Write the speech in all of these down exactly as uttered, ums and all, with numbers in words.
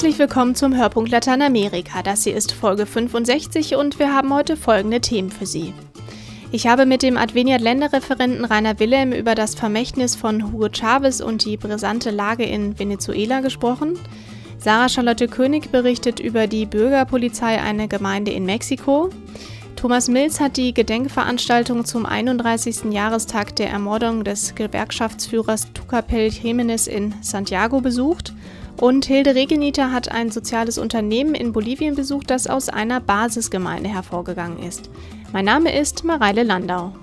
Herzlich willkommen zum Hörpunkt Lateinamerika. Das hier ist Folge fünfundsechzig und wir haben heute folgende Themen für Sie. Ich habe mit dem Adveniat-Länderreferenten Rainer Wilhelm über das Vermächtnis von Hugo Chávez und die brisante Lage in Venezuela gesprochen. Sarah Charlotte König berichtet über die Bürgerpolizei einer Gemeinde in Mexiko. Thomas Mills hat die Gedenkveranstaltung zum einunddreißigsten Jahrestag der Ermordung des Gewerkschaftsführers Tucapel Jiménez in Santiago besucht. Und Hilde Regeniter hat ein soziales Unternehmen in Bolivien besucht, das aus einer Basisgemeinde hervorgegangen ist. Mein Name ist Mareile Landau.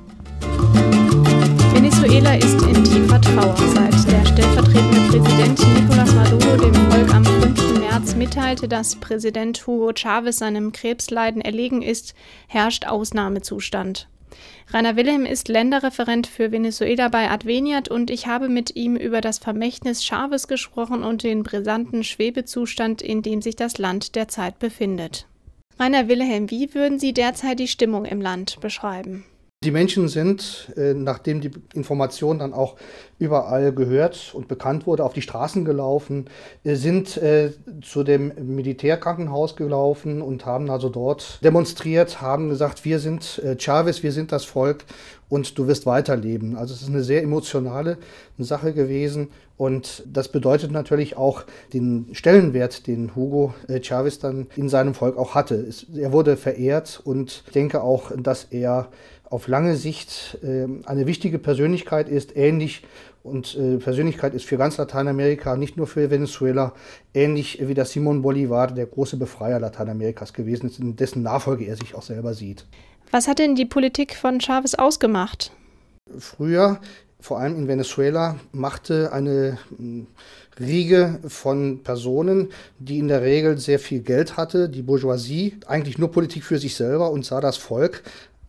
Venezuela ist in tiefer Trauer. Seit der stellvertretende Präsident Nicolás Maduro dem Volk am fünften März mitteilte, dass Präsident Hugo Chávez seinem Krebsleiden erlegen ist, herrscht Ausnahmezustand. Rainer Wilhelm ist Länderreferent für Venezuela bei Adveniat und ich habe mit ihm über das Vermächtnis Chávez gesprochen und den brisanten Schwebezustand, in dem sich das Land derzeit befindet. Rainer Wilhelm, wie würden Sie derzeit die Stimmung im Land beschreiben? Die Menschen sind, äh, nachdem die Information dann auch überall gehört und bekannt wurde, auf die Straßen gelaufen, äh, sind äh, zu dem Militärkrankenhaus gelaufen und haben also dort demonstriert, haben gesagt, wir sind äh, Chávez, wir sind das Volk und du wirst weiterleben. Also es ist eine sehr emotionale Sache gewesen und das bedeutet natürlich auch den Stellenwert, den Hugo äh, Chávez dann in seinem Volk auch hatte. Es, er wurde verehrt und ich denke auch, dass er auf lange Sicht äh, eine wichtige Persönlichkeit ist, ähnlich und äh, Persönlichkeit ist für ganz Lateinamerika, nicht nur für Venezuela, ähnlich wie der Simón Bolívar, der große Befreier Lateinamerikas gewesen ist, in dessen Nachfolge er sich auch selber sieht. Was hat denn die Politik von Chávez ausgemacht? Früher, vor allem in Venezuela, machte eine mh, Riege von Personen, die in der Regel sehr viel Geld hatte, die Bourgeoisie, eigentlich nur Politik für sich selber und sah das Volk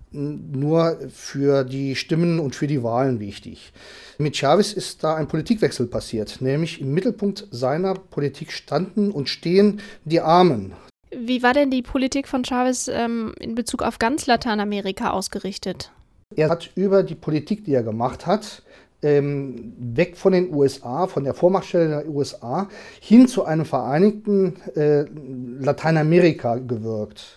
nur für die Stimmen und für die Wahlen wichtig. Mit Chávez ist da ein Politikwechsel passiert, nämlich im Mittelpunkt seiner Politik standen und stehen die Armen. Wie war denn die Politik von Chávez ähm, in Bezug auf ganz Lateinamerika ausgerichtet? Er hat über die Politik, die er gemacht hat, ähm, weg von den U S A, von der Vormachtstelle der U S A, hin zu einem vereinigten äh, Lateinamerika gewirkt.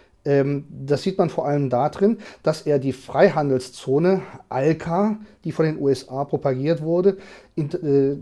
Das sieht man vor allem darin, dass er die Freihandelszone ALCA, die von den U S A propagiert wurde, in, äh,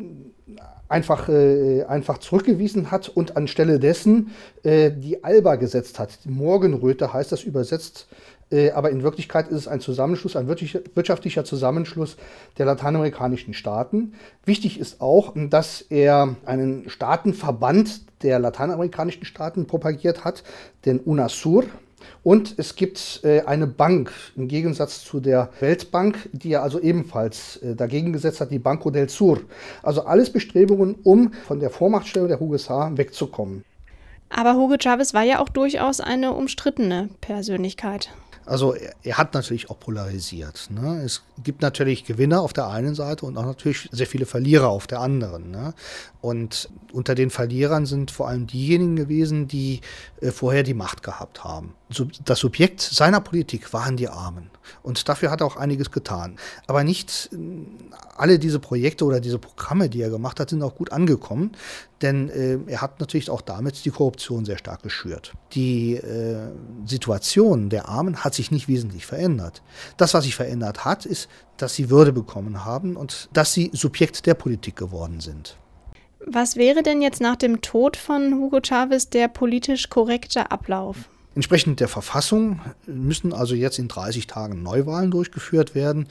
einfach, äh, einfach zurückgewiesen hat und anstelle dessen äh, die ALBA gesetzt hat. Die Morgenröte heißt das übersetzt, äh, aber in Wirklichkeit ist es ein Zusammenschluss, ein wirtschaftlicher Zusammenschluss der lateinamerikanischen Staaten. Wichtig ist auch, dass er einen Staatenverband der lateinamerikanischen Staaten propagiert hat, den UNASUR. Und es gibt äh, eine Bank, im Gegensatz zu der Weltbank, die er also ebenfalls äh, dagegen gesetzt hat, die Banco del Sur. Also alles Bestrebungen, um von der Vormachtstellung der U S A wegzukommen. Aber Hugo Chávez war ja auch durchaus eine umstrittene Persönlichkeit. Also er, er hat natürlich auch polarisiert. Ne? Es gibt natürlich Gewinner auf der einen Seite und auch natürlich sehr viele Verlierer auf der anderen. Ne? Und unter den Verlierern sind vor allem diejenigen gewesen, die äh, vorher die Macht gehabt haben. So, das Subjekt seiner Politik waren die Armen. Und dafür hat er auch einiges getan. Aber nicht äh, alle diese Projekte oder diese Programme, die er gemacht hat, sind auch gut angekommen. Denn äh, er hat natürlich auch damit die Korruption sehr stark geschürt. Die äh, Situation der Armen hat sich nicht wesentlich verändert. Das, was sich verändert hat, ist, dass sie Würde bekommen haben und dass sie Subjekt der Politik geworden sind. Was wäre denn jetzt nach dem Tod von Hugo Chávez der politisch korrekte Ablauf? Entsprechend der Verfassung müssen also jetzt in dreißig Tagen Neuwahlen durchgeführt werden.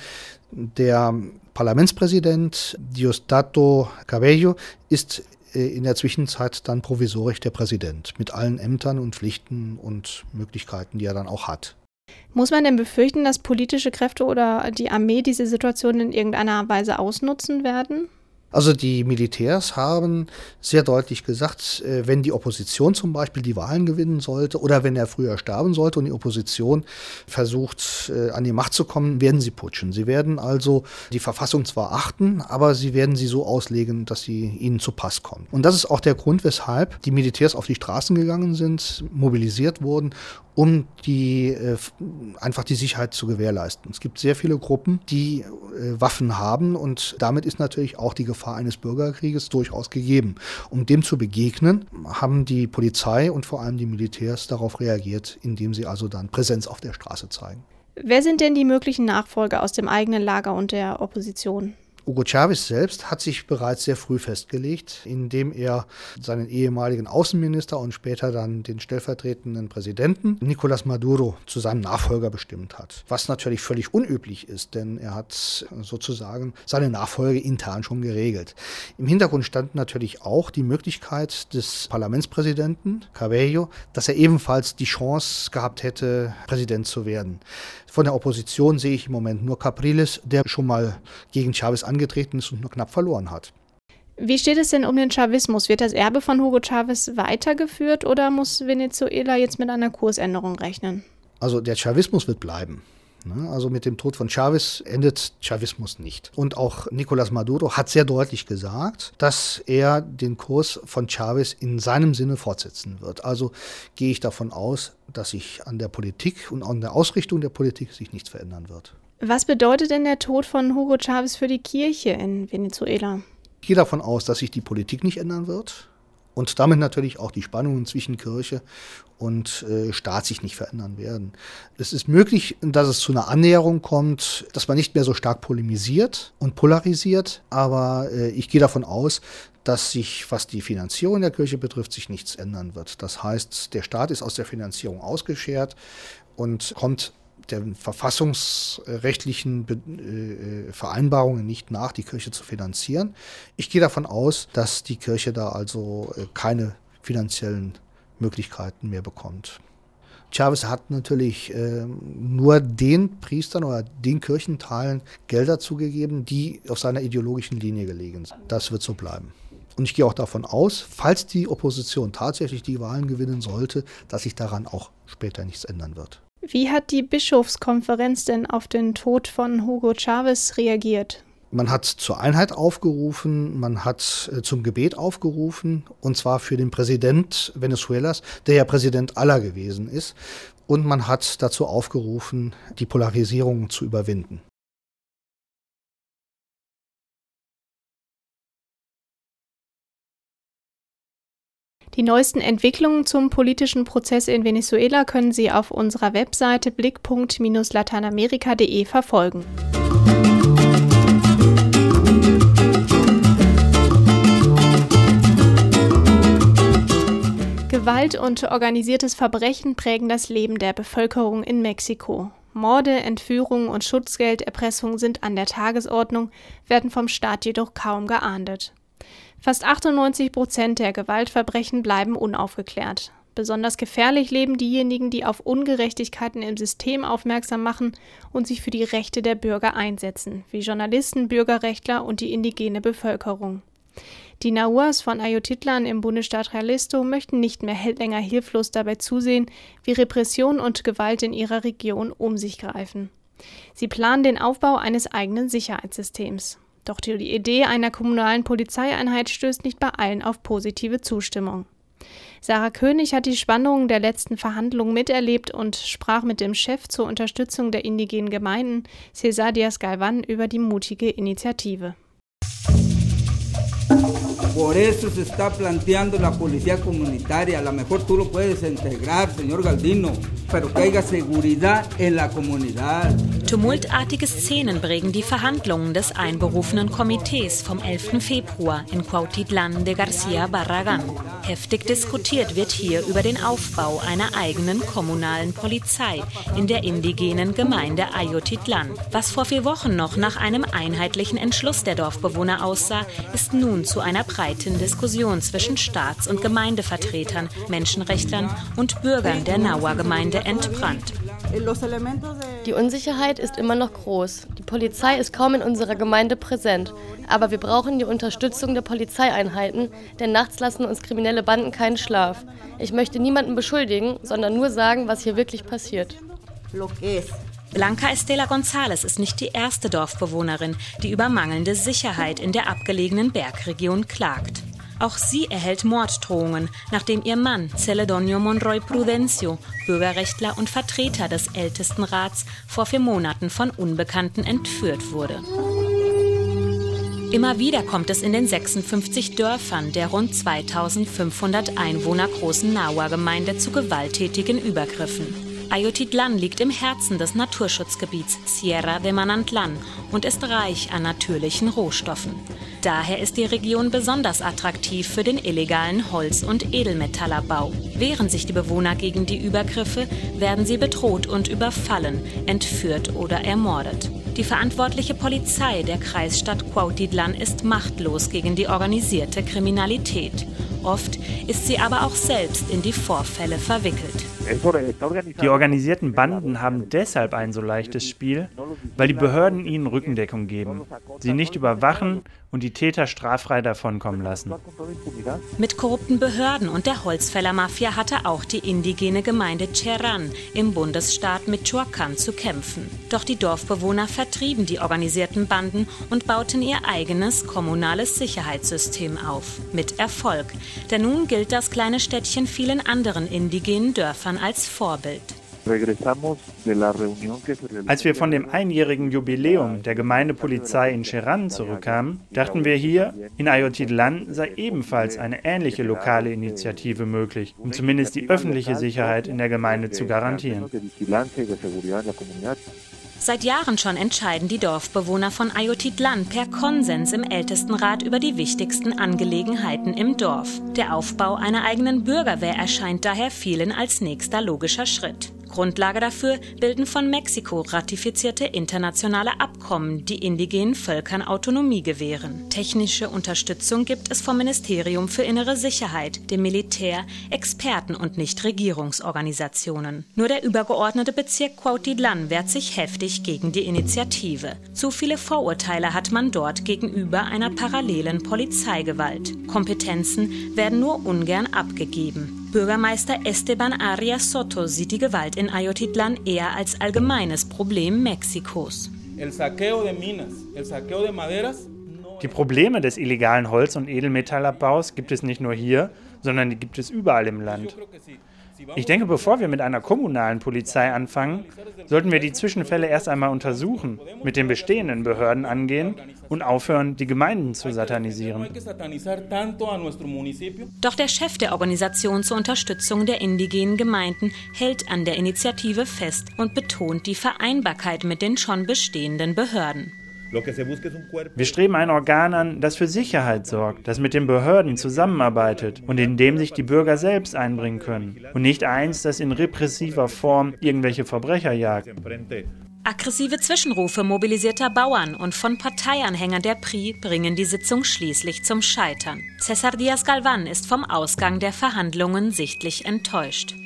Der Parlamentspräsident Diosdado Cabello ist in der Zwischenzeit dann provisorisch der Präsident mit allen Ämtern und Pflichten und Möglichkeiten, die er dann auch hat. Muss man denn befürchten, dass politische Kräfte oder die Armee diese Situation in irgendeiner Weise ausnutzen werden? Also die Militärs haben sehr deutlich gesagt, wenn die Opposition zum Beispiel die Wahlen gewinnen sollte oder wenn er früher sterben sollte und die Opposition versucht, an die Macht zu kommen, werden sie putschen. Sie werden also die Verfassung zwar achten, aber sie werden sie so auslegen, dass sie ihnen zu Pass kommt. Und das ist auch der Grund, weshalb die Militärs auf die Straßen gegangen sind, mobilisiert wurden, um die, äh, einfach die Sicherheit zu gewährleisten. Es gibt sehr viele Gruppen, die äh, Waffen haben und damit ist natürlich auch die Gefahr eines Bürgerkrieges durchaus gegeben. Um dem zu begegnen, haben die Polizei und vor allem die Militärs darauf reagiert, indem sie also dann Präsenz auf der Straße zeigen. Wer sind denn die möglichen Nachfolger aus dem eigenen Lager und der Opposition? Hugo Chávez selbst hat sich bereits sehr früh festgelegt, indem er seinen ehemaligen Außenminister und später dann den stellvertretenden Präsidenten Nicolás Maduro zu seinem Nachfolger bestimmt hat. Was natürlich völlig unüblich ist, denn er hat sozusagen seine Nachfolge intern schon geregelt. Im Hintergrund stand natürlich auch die Möglichkeit des Parlamentspräsidenten Cabello, dass er ebenfalls die Chance gehabt hätte, Präsident zu werden. Von der Opposition sehe ich im Moment nur Capriles, der schon mal gegen Chávez angetreten ist und nur knapp verloren hat. Wie steht es denn um den Chavismus? Wird das Erbe von Hugo Chávez weitergeführt oder muss Venezuela jetzt mit einer Kursänderung rechnen? Also der Chavismus wird bleiben. Also mit dem Tod von Chávez endet Chavismus nicht. Und auch Nicolás Maduro hat sehr deutlich gesagt, dass er den Kurs von Chávez in seinem Sinne fortsetzen wird. Also gehe ich davon aus, dass sich an der Politik und an der Ausrichtung der Politik sich nichts verändern wird. Was bedeutet denn der Tod von Hugo Chávez für die Kirche in Venezuela? Ich gehe davon aus, dass sich die Politik nicht ändern wird. Und damit natürlich auch die Spannungen zwischen Kirche und äh, Staat sich nicht verändern werden. Es ist möglich, dass es zu einer Annäherung kommt, dass man nicht mehr so stark polemisiert und polarisiert. Aber äh, ich gehe davon aus, dass sich, was die Finanzierung der Kirche betrifft, sich nichts ändern wird. Das heißt, der Staat ist aus der Finanzierung ausgeschert und kommt der verfassungsrechtlichen Be- äh, Vereinbarungen nicht nach, die Kirche zu finanzieren. Ich gehe davon aus, dass die Kirche da also äh, keine finanziellen Möglichkeiten mehr bekommt. Chávez hat natürlich äh, nur den Priestern oder den Kirchenteilen Gelder zugegeben, die auf seiner ideologischen Linie gelegen sind. Das wird so bleiben. Und ich gehe auch davon aus, falls die Opposition tatsächlich die Wahlen gewinnen sollte, dass sich daran auch später nichts ändern wird. Wie hat die Bischofskonferenz denn auf den Tod von Hugo Chávez reagiert? Man hat zur Einheit aufgerufen, man hat äh, zum Gebet aufgerufen, und zwar für den Präsident Venezuelas, der ja Präsident aller gewesen ist. Und man hat dazu aufgerufen, die Polarisierung zu überwinden. Die neuesten Entwicklungen zum politischen Prozess in Venezuela können Sie auf unserer Webseite blick punkt lateinamerika punkt de verfolgen. Gewalt und organisiertes Verbrechen prägen das Leben der Bevölkerung in Mexiko. Morde, Entführungen und Schutzgelderpressung sind an der Tagesordnung, werden vom Staat jedoch kaum geahndet. Fast achtundneunzig Prozent der Gewaltverbrechen bleiben unaufgeklärt. Besonders gefährlich leben diejenigen, die auf Ungerechtigkeiten im System aufmerksam machen und sich für die Rechte der Bürger einsetzen, wie Journalisten, Bürgerrechtler und die indigene Bevölkerung. Die Nahuas von Ayotitlan im Bundesstaat Jalisco möchten nicht mehr länger hilflos dabei zusehen, wie Repression und Gewalt in ihrer Region um sich greifen. Sie planen den Aufbau eines eigenen Sicherheitssystems. Doch die Idee einer kommunalen Polizeieinheit stößt nicht bei allen auf positive Zustimmung. Sarah König hat die Spannungen der letzten Verhandlungen miterlebt und sprach mit dem Chef zur Unterstützung der indigenen Gemeinden, César Díaz-Galván, über die mutige Initiative. Por eso se está planteando la policía comunitaria. A lo mejor tú lo puedes integrar, señor Galdino, pero que haya seguridad en la comunidad. Tumultartige Szenen prägen die Verhandlungen des einberufenen Komitees vom elften Februar in Cuautitlán de García Barragán. Heftig diskutiert wird hier über den Aufbau einer eigenen kommunalen Polizei in der indigenen Gemeinde Ayotitlan. Was vor vier Wochen noch nach einem einheitlichen Entschluss der Dorfbewohner aussah, ist nun zu einer breiten Diskussion zwischen Staats- und Gemeindevertretern, Menschenrechtlern und Bürgern der Nahua-Gemeinde entbrannt. Die Unsicherheit ist immer noch groß. Die Polizei ist kaum in unserer Gemeinde präsent. Aber wir brauchen die Unterstützung der Polizeieinheiten, denn nachts lassen uns kriminelle Banden keinen Schlaf. Ich möchte niemanden beschuldigen, sondern nur sagen, was hier wirklich passiert. Blanca Estela González ist nicht die erste Dorfbewohnerin, die über mangelnde Sicherheit in der abgelegenen Bergregion klagt. Auch sie erhält Morddrohungen, nachdem ihr Mann Celedonio Monroy Prudencio, Bürgerrechtler und Vertreter des Ältestenrats, vor vier Monaten von Unbekannten entführt wurde. Immer wieder kommt es in den sechsundfünfzig Dörfern der rund zweitausendfünfhundert Einwohner großen Nahua-Gemeinde zu gewalttätigen Übergriffen. Ayotitlan liegt im Herzen des Naturschutzgebiets Sierra de Manantlan und ist reich an natürlichen Rohstoffen. Daher ist die Region besonders attraktiv für den illegalen Holz- und Edelmetallerbau. Wehren sich die Bewohner gegen die Übergriffe, werden sie bedroht und überfallen, entführt oder ermordet. Die verantwortliche Polizei der Kreisstadt Cuautitlán ist machtlos gegen die organisierte Kriminalität. Oft ist sie aber auch selbst in die Vorfälle verwickelt. Die organisierten Banden haben deshalb ein so leichtes Spiel, weil die Behörden ihnen Rückendeckung geben, sie nicht überwachen und die Täter straffrei davonkommen lassen. Mit korrupten Behörden und der Holzfällermafia hatte auch die indigene Gemeinde Cherán im Bundesstaat Michoacán zu kämpfen. Doch die Dorfbewohner vertrieben die organisierten Banden und bauten ihr eigenes kommunales Sicherheitssystem auf. Mit Erfolg. Denn nun gilt das kleine Städtchen vielen anderen indigenen Dörfern als Vorbild. Als wir von dem einjährigen Jubiläum der Gemeindepolizei in Cherán zurückkamen, dachten wir hier, in Ayotitlan sei ebenfalls eine ähnliche lokale Initiative möglich, um zumindest die öffentliche Sicherheit in der Gemeinde zu garantieren. Seit Jahren schon entscheiden die Dorfbewohner von Ayotitlan per Konsens im Ältestenrat über die wichtigsten Angelegenheiten im Dorf. Der Aufbau einer eigenen Bürgerwehr erscheint daher vielen als nächster logischer Schritt. Grundlage dafür bilden von Mexiko ratifizierte internationale Abkommen, die indigenen Völkern Autonomie gewähren. Technische Unterstützung gibt es vom Ministerium für Innere Sicherheit, dem Militär, Experten und Nichtregierungsorganisationen. Nur der übergeordnete Bezirk Cuautitlán wehrt sich heftig gegen die Initiative. Zu viele Vorurteile hat man dort gegenüber einer parallelen Polizeigewalt. Kompetenzen werden nur ungern abgegeben. Bürgermeister Esteban Arias Soto sieht die Gewalt in Ayotitlan eher als allgemeines Problem Mexikos. Die Probleme des illegalen Holz- und Edelmetallabbaus gibt es nicht nur hier, sondern die gibt es überall im Land. Ich denke, bevor wir mit einer kommunalen Polizei anfangen, sollten wir die Zwischenfälle erst einmal untersuchen, mit den bestehenden Behörden angehen und aufhören, die Gemeinden zu satanisieren. Doch der Chef der Organisation zur Unterstützung der indigenen Gemeinden hält an der Initiative fest und betont die Vereinbarkeit mit den schon bestehenden Behörden. Wir streben ein Organ an, das für Sicherheit sorgt, das mit den Behörden zusammenarbeitet und in dem sich die Bürger selbst einbringen können. Und nicht eins, das in repressiver Form irgendwelche Verbrecher jagt. Aggressive Zwischenrufe mobilisierter Bauern und von Parteianhängern der P R I bringen die Sitzung schließlich zum Scheitern. César Díaz Galván ist vom Ausgang der Verhandlungen sichtlich enttäuscht.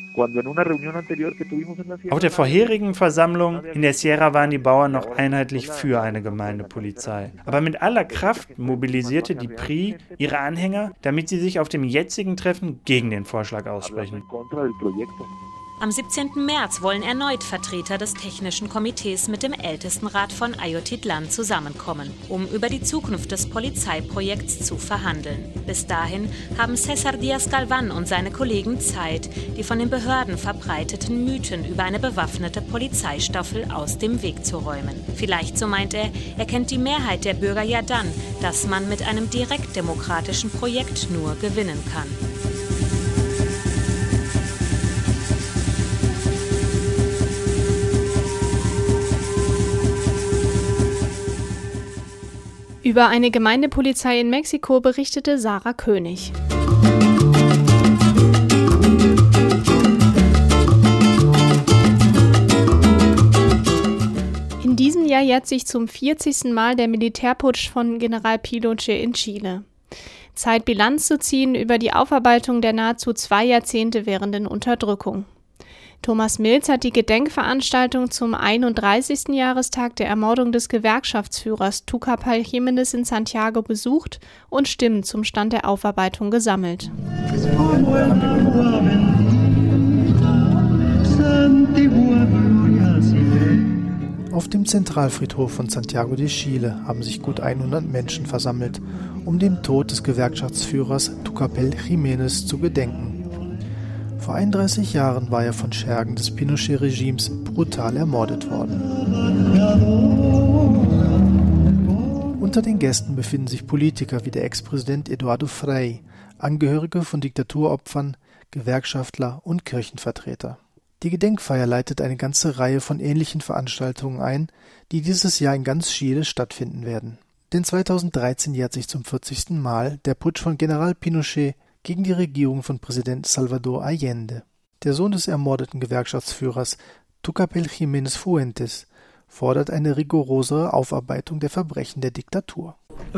Auf der vorherigen Versammlung in der Sierra waren die Bauern noch einheitlich für eine Gemeindepolizei. Aber mit aller Kraft mobilisierte die P R I ihre Anhänger, damit sie sich auf dem jetzigen Treffen gegen den Vorschlag aussprechen. Am siebzehnten März wollen erneut Vertreter des Technischen Komitees mit dem Ältestenrat von Ayotitlan zusammenkommen, um über die Zukunft des Polizeiprojekts zu verhandeln. Bis dahin haben César Díaz Galván und seine Kollegen Zeit, die von den Behörden verbreiteten Mythen über eine bewaffnete Polizeistaffel aus dem Weg zu räumen. Vielleicht, so meint er, erkennt die Mehrheit der Bürger ja dann, dass man mit einem direktdemokratischen Projekt nur gewinnen kann. Über eine Gemeindepolizei in Mexiko berichtete Sarah König. In diesem Jahr jährt sich zum vierzigsten Mal der Militärputsch von General Pinochet in Chile. Zeit, Bilanz zu ziehen über die Aufarbeitung der nahezu zwei Jahrzehnte währenden Unterdrückung. Thomas Mills hat die Gedenkveranstaltung zum einunddreißigsten Jahrestag der Ermordung des Gewerkschaftsführers Tucapel Jiménez in Santiago besucht und Stimmen zum Stand der Aufarbeitung gesammelt. Auf dem Zentralfriedhof von Santiago de Chile haben sich gut hundert Menschen versammelt, um dem Tod des Gewerkschaftsführers Tucapel Jiménez zu gedenken. Vor einunddreißig Jahren war er von Schergen des Pinochet-Regimes brutal ermordet worden. Unter den Gästen befinden sich Politiker wie der Ex-Präsident Eduardo Frei, Angehörige von Diktaturopfern, Gewerkschaftler und Kirchenvertreter. Die Gedenkfeier leitet eine ganze Reihe von ähnlichen Veranstaltungen ein, die dieses Jahr in ganz Chile stattfinden werden. Denn zweitausenddreizehn jährt sich zum vierzigsten Mal der Putsch von General Pinochet gegen die Regierung von Präsident Salvador Allende. Der Sohn des ermordeten Gewerkschaftsführers Tucapel Jiménez Fuentes fordert eine rigorosere Aufarbeitung der Verbrechen der Diktatur.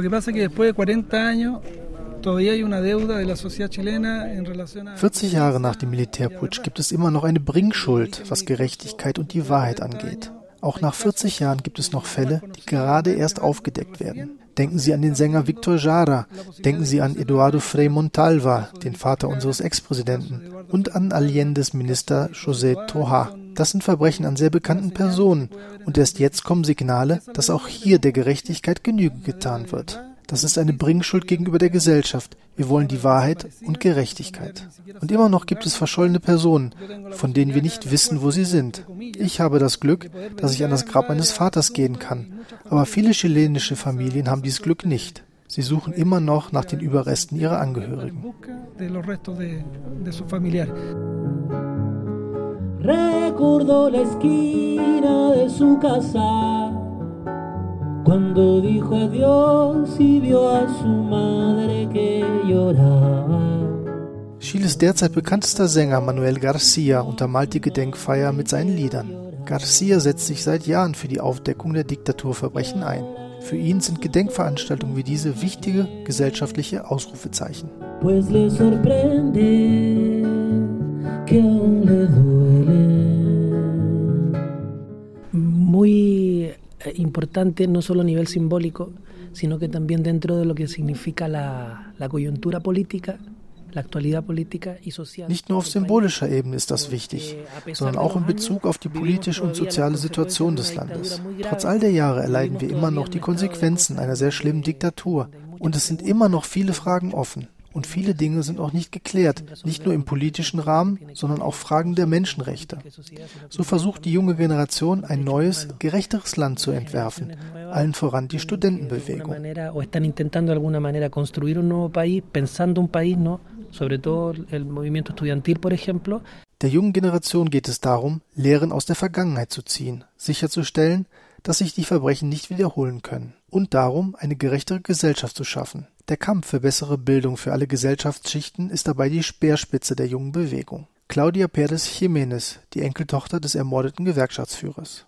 vierzig Jahre nach dem Militärputsch gibt es immer noch eine Bringschuld, was Gerechtigkeit und die Wahrheit angeht. Auch nach vierzig Jahren gibt es noch Fälle, die gerade erst aufgedeckt werden. Denken Sie an den Sänger Víctor Jara, denken Sie an Eduardo Frei Montalva, den Vater unseres Ex-Präsidenten, und an Allendes Minister José Tohá. Das sind Verbrechen an sehr bekannten Personen, und erst jetzt kommen Signale, dass auch hier der Gerechtigkeit Genüge getan wird. Das ist eine Bringschuld gegenüber der Gesellschaft. Wir wollen die Wahrheit und Gerechtigkeit. Und immer noch gibt es verschollene Personen, von denen wir nicht wissen, wo sie sind. Ich habe das Glück, dass ich an das Grab meines Vaters gehen kann. Aber viele chilenische Familien haben dieses Glück nicht. Sie suchen immer noch nach den Überresten ihrer Angehörigen. Recordó la esquina de su casa cuando dijo adiós y vio a su madre que lloraba. Chiles derzeit bekanntester Sänger Manuel García untermalt die Gedenkfeier mit seinen Liedern. García setzt sich seit Jahren für die Aufdeckung der Diktaturverbrechen ein. Für ihn sind Gedenkveranstaltungen wie diese wichtige gesellschaftliche Ausrufezeichen. Pues le sorprende que aún le duele. Muy importante no solo a nivel simbólico, sino que también dentro de lo que significa la, la coyuntura política. Nicht nur auf symbolischer Ebene ist das wichtig, sondern auch in Bezug auf die politische und soziale Situation des Landes. Trotz all der Jahre erleiden wir immer noch die Konsequenzen einer sehr schlimmen Diktatur und es sind immer noch viele Fragen offen. Und viele Dinge sind auch nicht geklärt, nicht nur im politischen Rahmen, sondern auch Fragen der Menschenrechte. So versucht die junge Generation, ein neues, gerechteres Land zu entwerfen, allen voran die Studentenbewegung. Der jungen Generation geht es darum, Lehren aus der Vergangenheit zu ziehen, sicherzustellen, dass sich die Verbrechen nicht wiederholen können und darum, eine gerechtere Gesellschaft zu schaffen. Der Kampf für bessere Bildung für alle Gesellschaftsschichten ist dabei die Speerspitze der jungen Bewegung. Claudia Pérez Jiménez, die Enkeltochter des ermordeten Gewerkschaftsführers.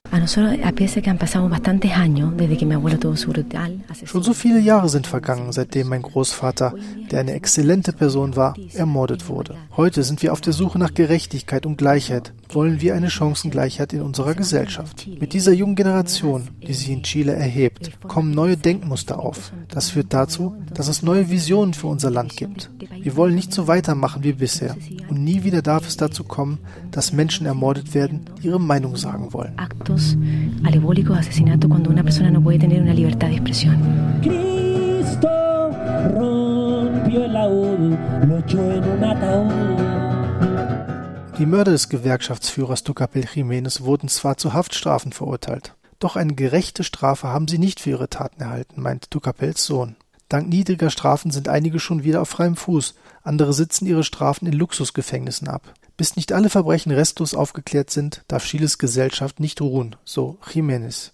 Schon so viele Jahre sind vergangen, seitdem mein Großvater, der eine exzellente Person war, ermordet wurde. Heute sind wir auf der Suche nach Gerechtigkeit und Gleichheit. Wollen wir eine Chancengleichheit in unserer Gesellschaft. Mit dieser jungen Generation, die sich in Chile erhebt, kommen neue Denkmuster auf. Das führt dazu, dass es neue Visionen für unser Land gibt. Wir wollen nicht so weitermachen wie bisher. Und nie wieder darf es dazu kommen, dass Menschen ermordet werden, die ihre Meinung sagen wollen. Actos alegóricos, asesinato, cuando una persona no puede tener una libertad de expresión. Cristo rompió el laúd, lo echó en un ataúd. Die Mörder des Gewerkschaftsführers Tucapel Jiménez wurden zwar zu Haftstrafen verurteilt, doch eine gerechte Strafe haben sie nicht für ihre Taten erhalten, meint Tucapels Sohn. Dank niedriger Strafen sind einige schon wieder auf freiem Fuß, andere sitzen ihre Strafen in Luxusgefängnissen ab. Bis nicht alle Verbrechen restlos aufgeklärt sind, darf Chiles Gesellschaft nicht ruhen, so Jiménez.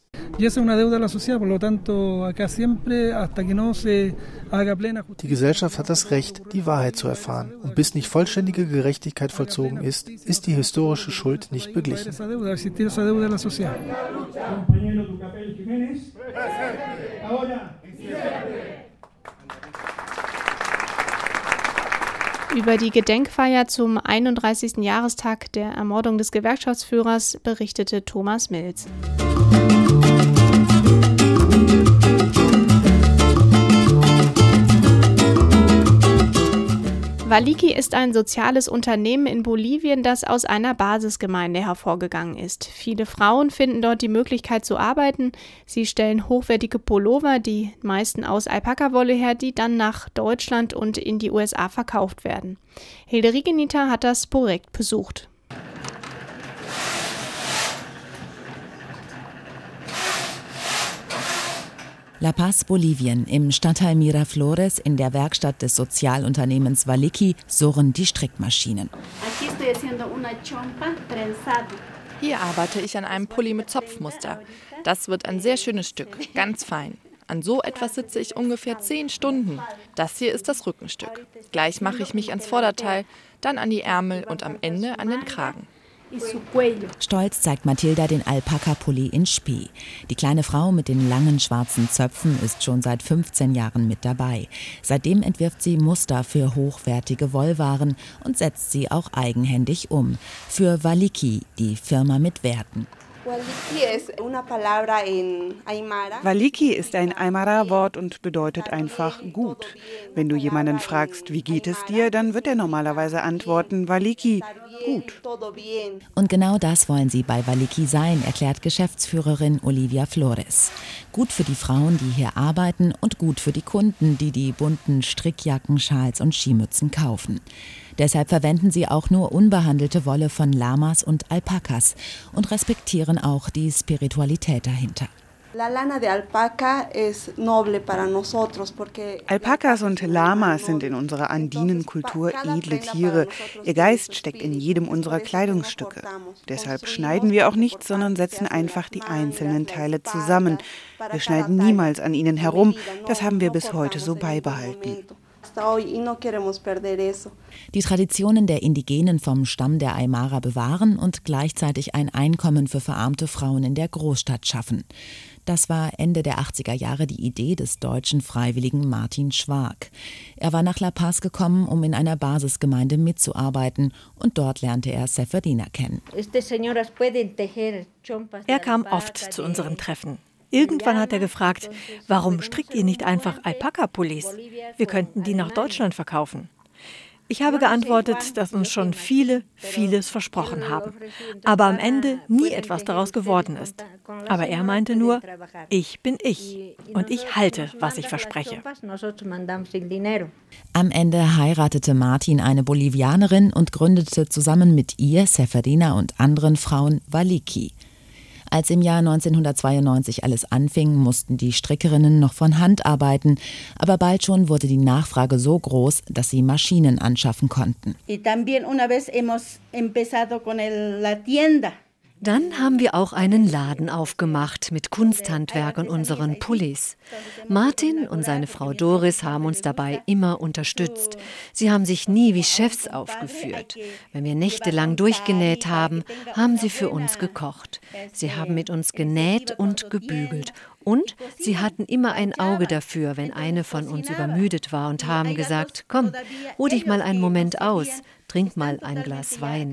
Die Gesellschaft hat das Recht, die Wahrheit zu erfahren. Und bis nicht vollständige Gerechtigkeit vollzogen ist, ist die historische Schuld nicht beglichen. Über die Gedenkfeier zum einunddreißigsten Jahrestag der Ermordung des Gewerkschaftsführers berichtete Thomas Mills. Waliki ist ein soziales Unternehmen in Bolivien, das aus einer Basisgemeinde hervorgegangen ist. Viele Frauen finden dort die Möglichkeit zu arbeiten. Sie stellen hochwertige Pullover, die meisten aus Alpaka-Wolle her, die dann nach Deutschland und in die U S A verkauft werden. Hilde Riegeniter hat das Projekt besucht. La Paz, Bolivien. Im Stadtteil Miraflores in der Werkstatt des Sozialunternehmens Waliki surren die Strickmaschinen. Hier arbeite ich an einem Pulli mit Zopfmuster. Das wird ein sehr schönes Stück, ganz fein. An so etwas sitze ich ungefähr zehn Stunden. Das hier ist das Rückenstück. Gleich mache ich mich ans Vorderteil, dann an die Ärmel und am Ende an den Kragen. Stolz zeigt Mathilda den Alpaka-Pulli in Spee. Die kleine Frau mit den langen schwarzen Zöpfen ist schon seit fünfzehn Jahren mit dabei. Seitdem entwirft sie Muster für hochwertige Wollwaren und setzt sie auch eigenhändig um. Für Waliki, die Firma mit Werten. Waliki ist ein Aymara-Wort und bedeutet einfach gut. Wenn du jemanden fragst, wie geht es dir, dann wird er normalerweise antworten, Waliki, gut. Und genau das wollen sie bei Waliki sein, erklärt Geschäftsführerin Olivia Flores. Gut für die Frauen, die hier arbeiten und gut für die Kunden, die die bunten Strickjacken, Schals und Skimützen kaufen. Deshalb verwenden sie auch nur unbehandelte Wolle von Lamas und Alpakas und respektieren auch die Spiritualität dahinter. Alpakas und Lamas sind in unserer andinen Kultur edle Tiere. Ihr Geist steckt in jedem unserer Kleidungsstücke. Deshalb schneiden wir auch nicht, sondern setzen einfach die einzelnen Teile zusammen. Wir schneiden niemals an ihnen herum. Das haben wir bis heute so beibehalten. Die Traditionen der Indigenen vom Stamm der Aymara bewahren und gleichzeitig ein Einkommen für verarmte Frauen in der Großstadt schaffen. Das war Ende der achtziger Jahre die Idee des deutschen Freiwilligen Martin Schwark. Er war nach La Paz gekommen, um in einer Basisgemeinde mitzuarbeiten, und dort lernte er Seferina kennen. Er kam oft zu unseren Treffen. Irgendwann hat er gefragt, warum strickt ihr nicht einfach Alpaka-Pullis? Wir könnten die nach Deutschland verkaufen. Ich habe geantwortet, dass uns schon viele, vieles versprochen haben, aber am Ende nie etwas daraus geworden ist. Aber er meinte nur, ich bin ich und ich halte, was ich verspreche. Am Ende heiratete Martin eine Bolivianerin und gründete zusammen mit ihr, Seferina und anderen Frauen Waliki. Als im Jahr neunzehnhundertzweiundneunzig alles anfing, mussten die Strickerinnen noch von Hand arbeiten, aber bald schon wurde die Nachfrage so groß, dass sie Maschinen anschaffen konnten. Dann haben wir auch einen Laden aufgemacht mit Kunsthandwerk und unseren Pullis. Martin und seine Frau Doris haben uns dabei immer unterstützt. Sie haben sich nie wie Chefs aufgeführt. Wenn wir nächtelang durchgenäht haben, haben sie für uns gekocht. Sie haben mit uns genäht und gebügelt. Und sie hatten immer ein Auge dafür, wenn eine von uns übermüdet war, und haben gesagt, komm, ruh dich mal einen Moment aus, trink mal ein Glas Wein.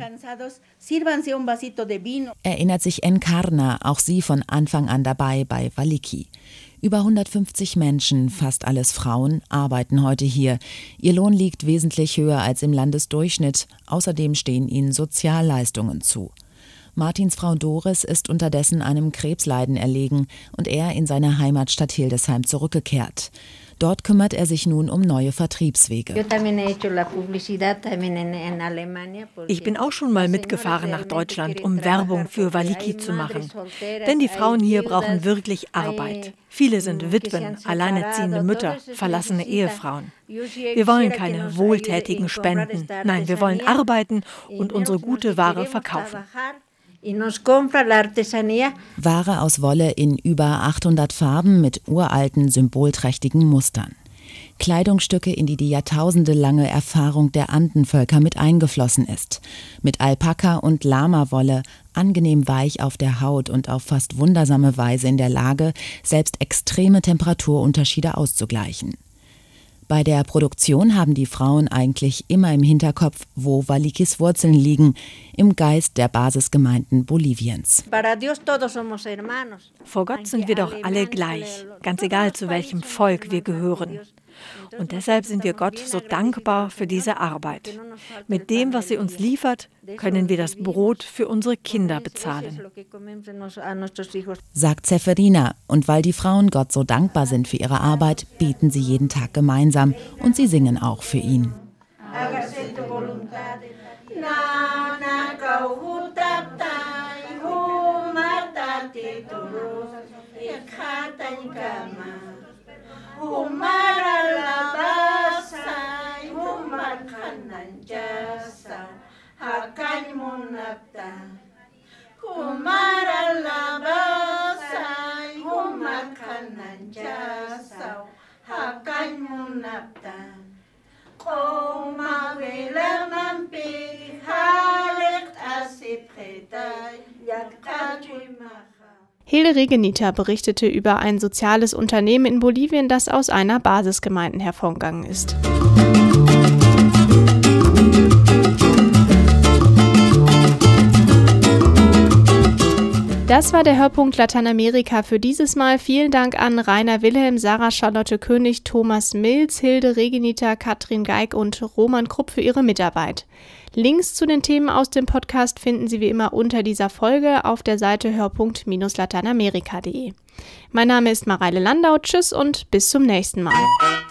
Erinnert sich Encarna, auch sie von Anfang an dabei bei Waliki. Über hundertfünfzig Menschen, fast alles Frauen, arbeiten heute hier. Ihr Lohn liegt wesentlich höher als im Landesdurchschnitt. Außerdem stehen ihnen Sozialleistungen zu. Martins Frau Doris ist unterdessen einem Krebsleiden erlegen und er in seine Heimatstadt Hildesheim zurückgekehrt. Dort kümmert er sich nun um neue Vertriebswege. Ich bin auch schon mal mitgefahren nach Deutschland, um Werbung für Waliki zu machen. Denn die Frauen hier brauchen wirklich Arbeit. Viele sind Witwen, alleinerziehende Mütter, verlassene Ehefrauen. Wir wollen keine wohltätigen Spenden. Nein, wir wollen arbeiten und unsere gute Ware verkaufen. Ware aus Wolle in über achthundert Farben mit uralten, symbolträchtigen Mustern. Kleidungsstücke, in die die jahrtausendelange Erfahrung der Andenvölker mit eingeflossen ist. Mit Alpaka- und Lama-Wolle, angenehm weich auf der Haut und auf fast wundersame Weise in der Lage, selbst extreme Temperaturunterschiede auszugleichen. Bei der Produktion haben die Frauen eigentlich immer im Hinterkopf, wo Walikis Wurzeln liegen, im Geist der Basisgemeinden Boliviens. Vor Gott sind wir doch alle gleich, ganz egal zu welchem Volk wir gehören. Und deshalb sind wir Gott so dankbar für diese Arbeit. Mit dem, was sie uns liefert, können wir das Brot für unsere Kinder bezahlen. Sagt Zeferina. Und weil die Frauen Gott so dankbar sind für ihre Arbeit, beten sie jeden Tag gemeinsam und sie singen auch für ihn. Hilde Regenita berichtete über ein soziales Unternehmen in Bolivien, das aus einer Basisgemeinde hervorgegangen ist. Das war der Hörpunkt Lateinamerika für dieses Mal. Vielen Dank an Rainer Wilhelm, Sarah Charlotte König, Thomas Mills, Hilde Regenita, Katrin Geig und Roman Krupp für ihre Mitarbeit. Links zu den Themen aus dem Podcast finden Sie wie immer unter dieser Folge auf der Seite hörpunkt Lateinamerika punkt de. Mein Name ist Mareile Landau. Tschüss und bis zum nächsten Mal.